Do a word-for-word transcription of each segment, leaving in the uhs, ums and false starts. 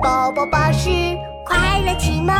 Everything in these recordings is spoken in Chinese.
宝宝巴士快乐启蒙。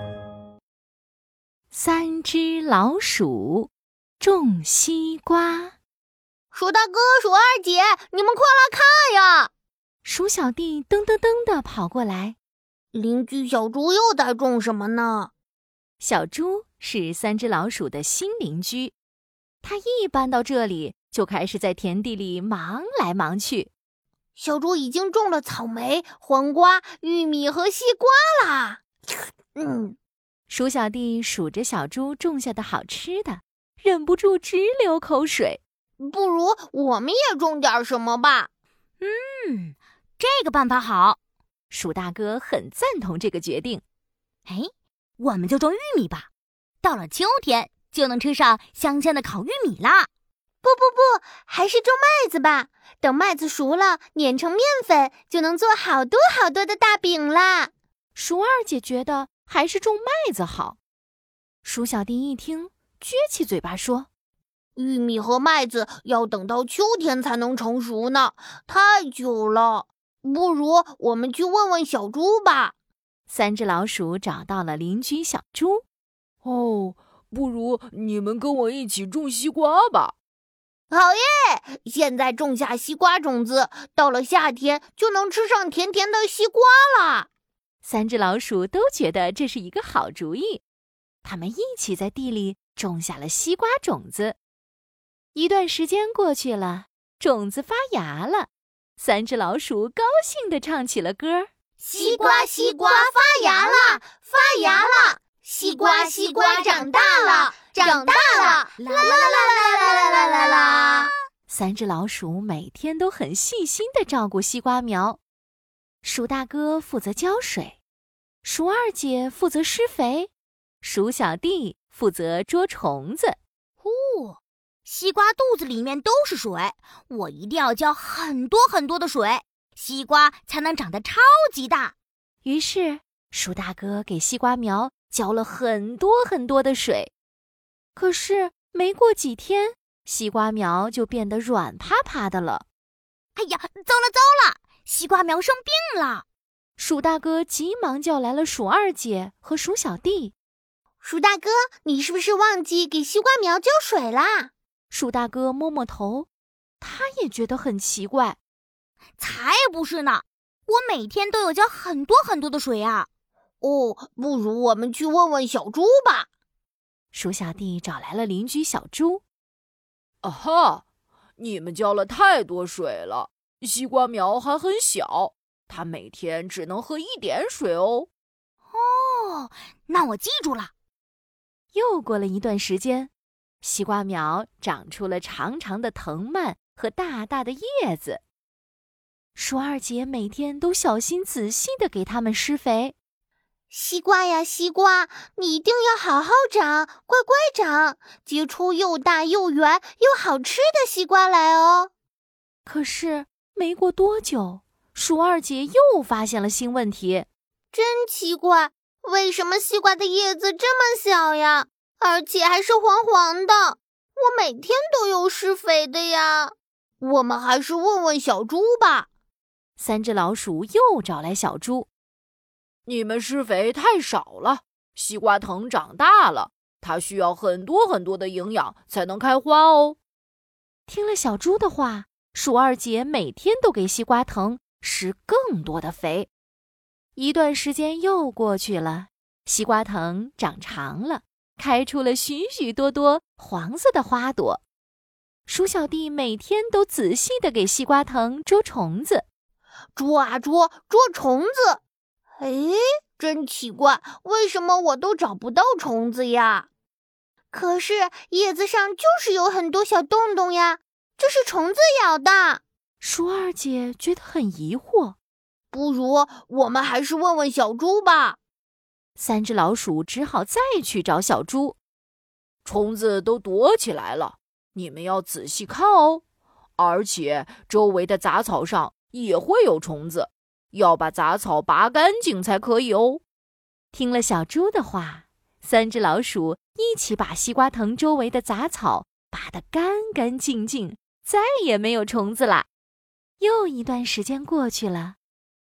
三只老鼠种西瓜。 鼠大哥，鼠二姐，你们快来看呀！ 鼠小弟噔噔噔地跑过来。 邻居小猪又在种什么呢？ 小猪是三只老鼠的新邻居，他一搬到这里，就开始在田地里忙来忙去。 小猪已经种了草莓、黄瓜、玉米和西瓜啦。嗯， 鼠小弟数着小猪种下的好吃的，忍不住直流口水。 不如我们也种点什么吧？ 嗯，这个办法好。 鼠大哥很赞同这个决定。 哎，我们就种玉米吧，到了秋天就能吃上香香的烤玉米啦。 不不不，还是种麦子吧，等麦子熟了，碾成面粉，就能做好多好多的大饼啦。 鼠二姐觉得还是种麦子好。鼠小弟一听，撅起嘴巴说： 玉米和麦子要等到秋天才能成熟呢，太久了。不如我们去问问小猪吧。 三只老鼠找到了邻居小猪。 哦，不如你们跟我一起种西瓜吧。 好耶！现在种下西瓜种子，到了夏天就能吃上甜甜的西瓜啦。 三只老鼠都觉得这是一个好主意，他们一起在地里种下了西瓜种子。一段时间过去了，种子发芽了，三只老鼠高兴地唱起了歌： 西瓜西瓜发芽啦，发芽啦！西瓜西瓜长大了，长大了！啦啦啦啦啦啦啦啦啦！ 三只老鼠每天都很细心地照顾西瓜苗。鼠大哥负责浇水，鼠二姐负责施肥，鼠小弟负责捉虫子。 呼，西瓜肚子里面都是水，我一定要浇很多很多的水，西瓜才能长得超级大。 于是鼠大哥给西瓜苗浇了很多很多的水，可是没过几天，西瓜苗就变得软趴趴的了。 哎呀，糟了糟了，西瓜苗生病了！ 鼠大哥急忙叫来了鼠二姐和鼠小弟。 鼠大哥，你是不是忘记给西瓜苗浇水啦？ 鼠大哥摸摸头，他也觉得很奇怪。 才不是呢，我每天都有浇很多很多的水啊。 哦，不如我们去问问小猪吧。 鼠小弟找来了邻居小猪。 啊哈，你们浇了太多水了，西瓜苗还很小，它每天只能喝一点水哦。 哦，那我记住了。 又过了一段时间，西瓜苗长出了长长的藤蔓和大大的叶子。鼠二姐每天都小心仔细地给它们施肥。 西瓜呀西瓜，你一定要好好长，乖乖长，结出又大又圆又好吃的西瓜来哦。 可是没过多久，鼠二姐又发现了新问题。 真奇怪，为什么西瓜的叶子这么小呀？而且还是黄黄的，我每天都有施肥的呀。我们还是问问小猪吧。 三只老鼠又找来小猪。 你们施肥太少了，西瓜藤长大了，它需要很多很多的营养才能开花哦。 听了小猪的话，鼠二姐每天都给西瓜藤施更多的肥。一段时间又过去了，西瓜藤长长了，开出了许许多多黄色的花朵。鼠小弟每天都仔细地给西瓜藤捉虫子。 捉啊捉，捉虫子。哎，真奇怪，为什么我都找不到虫子呀？可是叶子上就是有很多小洞洞呀，这是虫子咬的。 鼠二姐觉得很疑惑。 不如我们还是问问小猪吧。 三只老鼠只好再去找小猪。 虫子都躲起来了，你们要仔细看哦。而且周围的杂草上也会有虫子，要把杂草拔干净才可以哦。 听了小猪的话，三只老鼠一起把西瓜藤周围的杂草拔得干干净净，再也没有虫子啦。又一段时间过去了，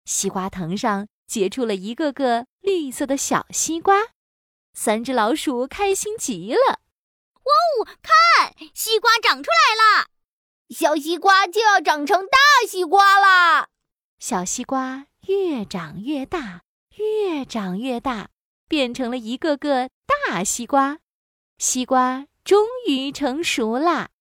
西瓜藤上结出了一个个绿色的小西瓜。三只老鼠开心极了。 哇哦，看，西瓜长出来了！ 小西瓜就要长成大西瓜啦！ 小西瓜越长越大，越长越大，变成了一个个大西瓜。西瓜终于成熟啦！